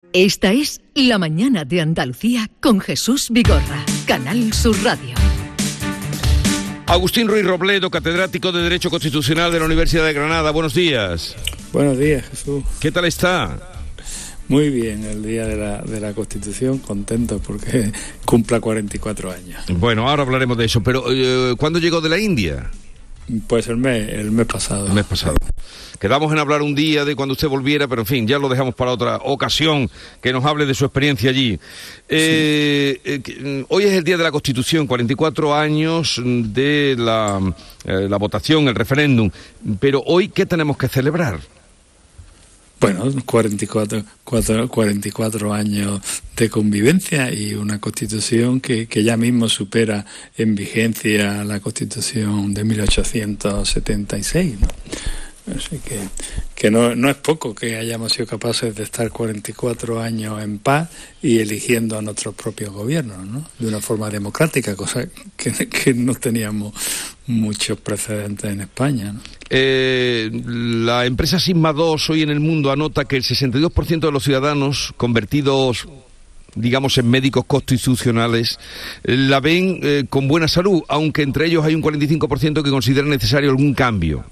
Esta es La Mañana de Andalucía con Jesús Vigorra, Canal Sur Radio. Agustín Ruiz Robledo, catedrático de Derecho Constitucional de la Universidad de Granada. Buenos días. Buenos días, Jesús. ¿Qué tal está? Muy bien, el día de la Constitución, contento porque cumpla 44 años. Bueno, ahora hablaremos de eso, pero ¿cuándo llegó de la India? Pues el mes pasado. El mes pasado. Quedamos en hablar un día de cuando usted volviera, pero en fin, ya lo dejamos para otra ocasión, que nos hable de su experiencia allí. Hoy es el Día de la Constitución, 44 años de la votación, el referéndum, pero hoy, ¿qué tenemos que celebrar? Bueno, 44 años de convivencia y una Constitución que ya mismo supera en vigencia la Constitución de 1876, ¿no? Así que no es poco que hayamos sido capaces de estar 44 años en paz y eligiendo a nuestros propios gobiernos, ¿no? De una forma democrática, cosa que no teníamos muchos precedentes en España, ¿no? La empresa Sigma 2 hoy en el mundo anota que el 62% de los ciudadanos convertidos, digamos, en médicos constitucionales, la ven con buena salud, aunque entre ellos hay un 45% que considera necesario algún cambio.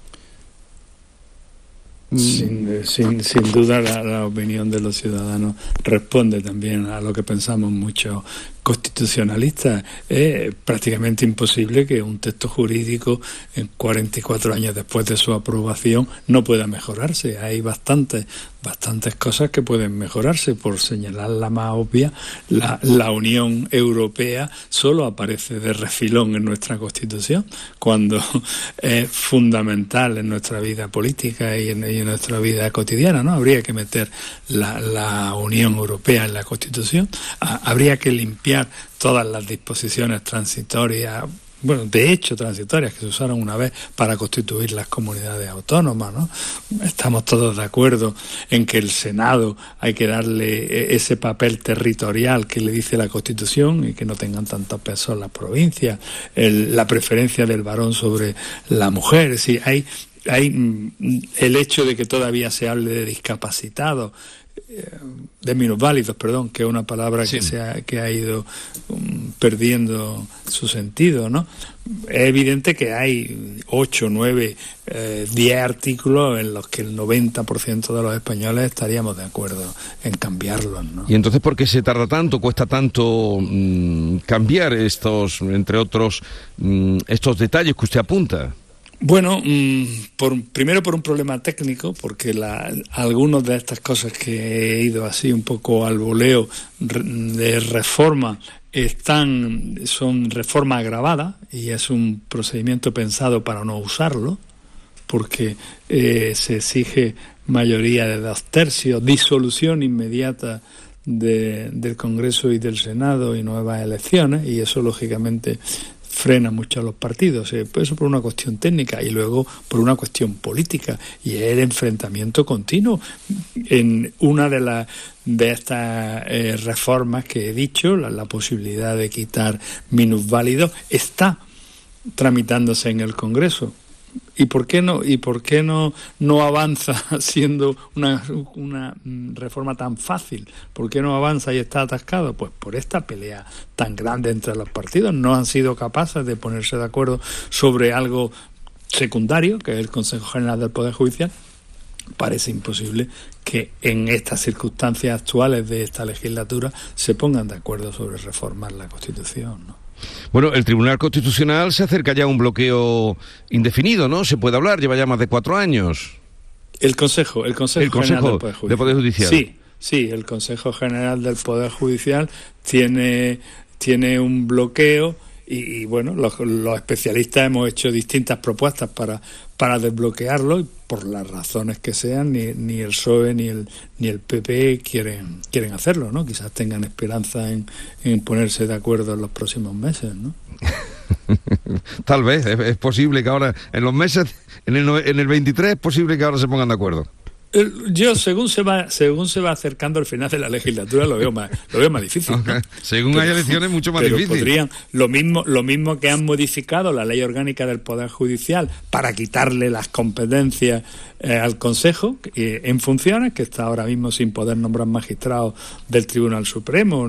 Sin duda la opinión de los ciudadanos responde también a lo que pensamos muchos constitucionalistas. Es prácticamente imposible que un texto jurídico, en 44 años después de su aprobación, no pueda mejorarse. Hay bastantes cosas que pueden mejorarse. Por señalar la más obvia, la Unión Europea solo aparece de refilón en nuestra Constitución, cuando es fundamental en nuestra vida política y en nuestra vida cotidiana, ¿no? Habría que meter la Unión Europea en la Constitución, habría que limpiar todas las disposiciones transitorias, bueno, de hecho transitorias, que se usaron una vez para constituir las comunidades autónomas, ¿no? Estamos todos de acuerdo en que el Senado hay que darle ese papel territorial que le dice la Constitución y que no tengan tanto peso las provincias, la preferencia del varón sobre la mujer. Es decir, hay el hecho de que todavía se hable de discapacitados, de minusválidos, perdón, que es una palabra sí, que ha ido perdiendo su sentido, ¿no? Es evidente que hay 8, 9, 10 artículos en los que el 90% de los españoles estaríamos de acuerdo en cambiarlos, ¿no? ¿Y entonces por qué se tarda tanto, cuesta tanto cambiar estos, entre otros, estos detalles que usted apunta? Bueno, primero por un problema técnico, porque algunas de estas cosas que he ido así un poco al voleo de reforma son reforma agravada y es un procedimiento pensado para no usarlo, porque se exige mayoría de 2/3, disolución inmediata del Congreso y del Senado y nuevas elecciones, y eso lógicamente frena mucho a los partidos, eso por una cuestión técnica y luego por una cuestión política, y es el enfrentamiento continuo. En una de estas reformas que he dicho, la posibilidad de quitar minusválidos está tramitándose en el Congreso. ¿Y por qué no avanza siendo una reforma tan fácil? ¿Por qué no avanza y está atascado? Pues por esta pelea tan grande entre los partidos. No han sido capaces de ponerse de acuerdo sobre algo secundario, que es el Consejo General del Poder Judicial. Parece imposible que en estas circunstancias actuales de esta legislatura se pongan de acuerdo sobre reformar la Constitución, ¿no? Bueno, el Tribunal Constitucional se acerca ya a un bloqueo indefinido, ¿no? Se puede hablar, lleva ya más de 4 años. El Consejo General del Poder Judicial. Sí, el Consejo General del Poder Judicial tiene un bloqueo y bueno, los especialistas hemos hecho distintas propuestas para desbloquearlo, y por las razones que sean, ni el PSOE ni el PP quieren hacerlo, ¿no? Quizás tengan esperanza en ponerse de acuerdo en los próximos meses, ¿no? Tal vez, es posible que ahora, en los meses, en el 23, es posible que ahora se pongan de acuerdo. Yo, según se va acercando al final de la legislatura, lo veo más difícil. Okay. Según hay elecciones, mucho más difícil. Podrían, lo mismo que han modificado la ley orgánica del Poder Judicial para quitarle las competencias al Consejo en funciones, que está ahora mismo sin poder nombrar magistrados del Tribunal Supremo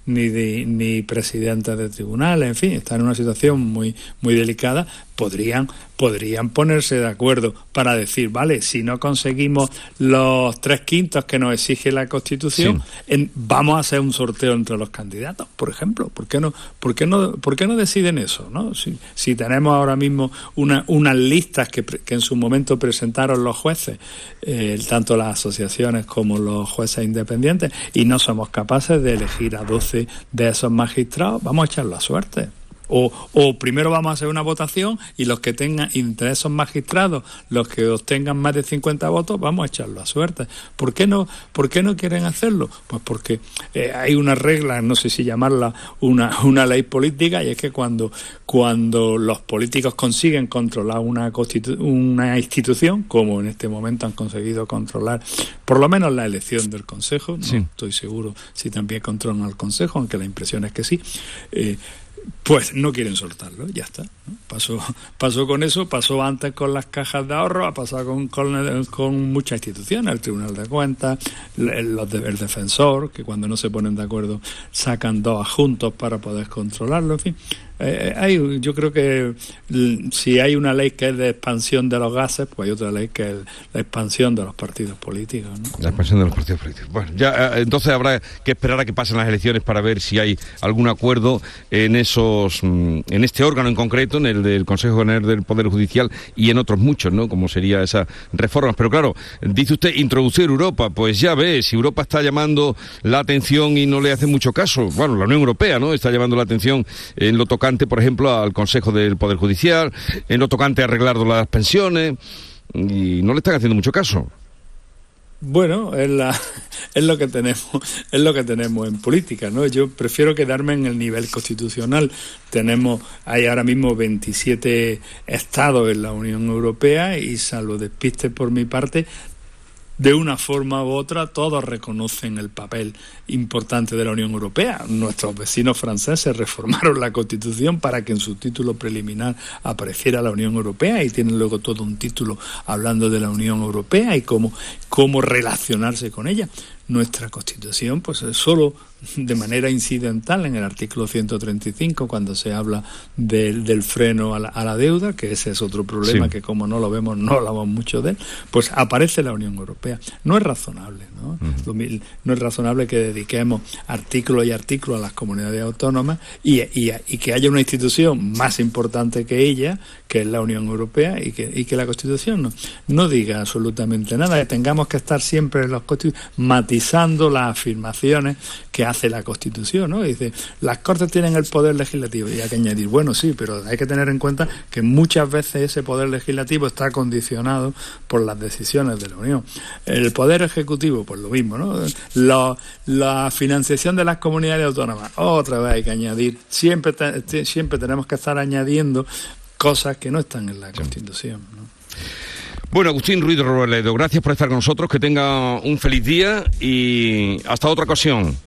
ni presidentes de tribunales, en fin, está en una situación muy muy delicada. Podrían ponerse de acuerdo para decir, vale, si no conseguimos los 3/5 que nos exige la Constitución, sí, vamos a hacer un sorteo entre los candidatos, por ejemplo. ¿Por qué no deciden eso, ¿no? Si tenemos ahora mismo unas listas que en su momento presentaron los jueces, tanto las asociaciones como los jueces independientes, y no somos capaces de elegir a 12 de esos magistrados, vamos a echar la suerte. O primero vamos a hacer una votación y los que tengan, entre esos magistrados, los que obtengan más de 50 votos, vamos a echarlo a suerte. ¿Por qué no quieren hacerlo? Pues porque hay una regla, no sé si llamarla una ley política, y es que cuando los políticos consiguen controlar una institución, como en este momento han conseguido controlar por lo menos la elección del Consejo, no estoy seguro si también controlan al Consejo, aunque la impresión es que sí, pues no quieren soltarlo, ya está, ¿no? Pasó con eso, pasó antes con las cajas de ahorro, ha pasado con muchas instituciones, el Tribunal de Cuentas, el defensor, que cuando no se ponen de acuerdo sacan 2 adjuntos para poder controlarlo, en fin. Yo creo que si hay una ley que es de expansión de los gases, pues hay otra ley que es la expansión de los partidos políticos, ¿no? La expansión de los partidos políticos. Bueno, ya entonces habrá que esperar a que pasen las elecciones para ver si hay algún acuerdo en este órgano en concreto, en el del Consejo General del Poder Judicial, y en otros muchos, ¿no? Como sería esas reformas. Pero claro, dice usted introducir Europa, pues ya ves, si Europa está llamando la atención y no le hace mucho caso, bueno, la Unión Europea, ¿no? Está llamando la atención en lo tocante, por ejemplo, al Consejo del Poder Judicial, en lo tocante a arreglar las pensiones, y no le están haciendo mucho caso. Bueno, es lo que tenemos en política, ¿no? Yo prefiero quedarme en el nivel constitucional. Hay ahora mismo 27 estados en la Unión Europea y, salvo despiste por mi parte, de una forma u otra todos reconocen el papel importante de la Unión Europea. Nuestros vecinos franceses reformaron la Constitución para que en su título preliminar apareciera la Unión Europea, y tienen luego todo un título hablando de la Unión Europea y cómo relacionarse con ella. Nuestra Constitución, pues es solo de manera incidental en el artículo 135, cuando se habla del freno a la deuda, que ese es otro problema, sí, que como no lo vemos, no hablamos mucho de él, pues aparece la Unión Europea. No es razonable, ¿no? Uh-huh. No es razonable que dediquemos artículos y artículos a las comunidades autónomas y que haya una institución más importante que ella, que es la Unión Europea, y que la Constitución no diga absolutamente nada, que tengamos que estar siempre en los matizando las afirmaciones que hace la Constitución, ¿no? Dice, las Cortes tienen el poder legislativo, y hay que añadir, bueno, sí, pero hay que tener en cuenta que muchas veces ese poder legislativo está condicionado por las decisiones de la Unión. El poder ejecutivo, pues lo mismo, ¿no? La financiación de las comunidades autónomas, otra vez hay que añadir, siempre tenemos que estar añadiendo cosas que no están en la Constitución, ¿no? Bueno, Agustín Ruiz de Robledo, gracias por estar con nosotros, que tenga un feliz día y hasta otra ocasión.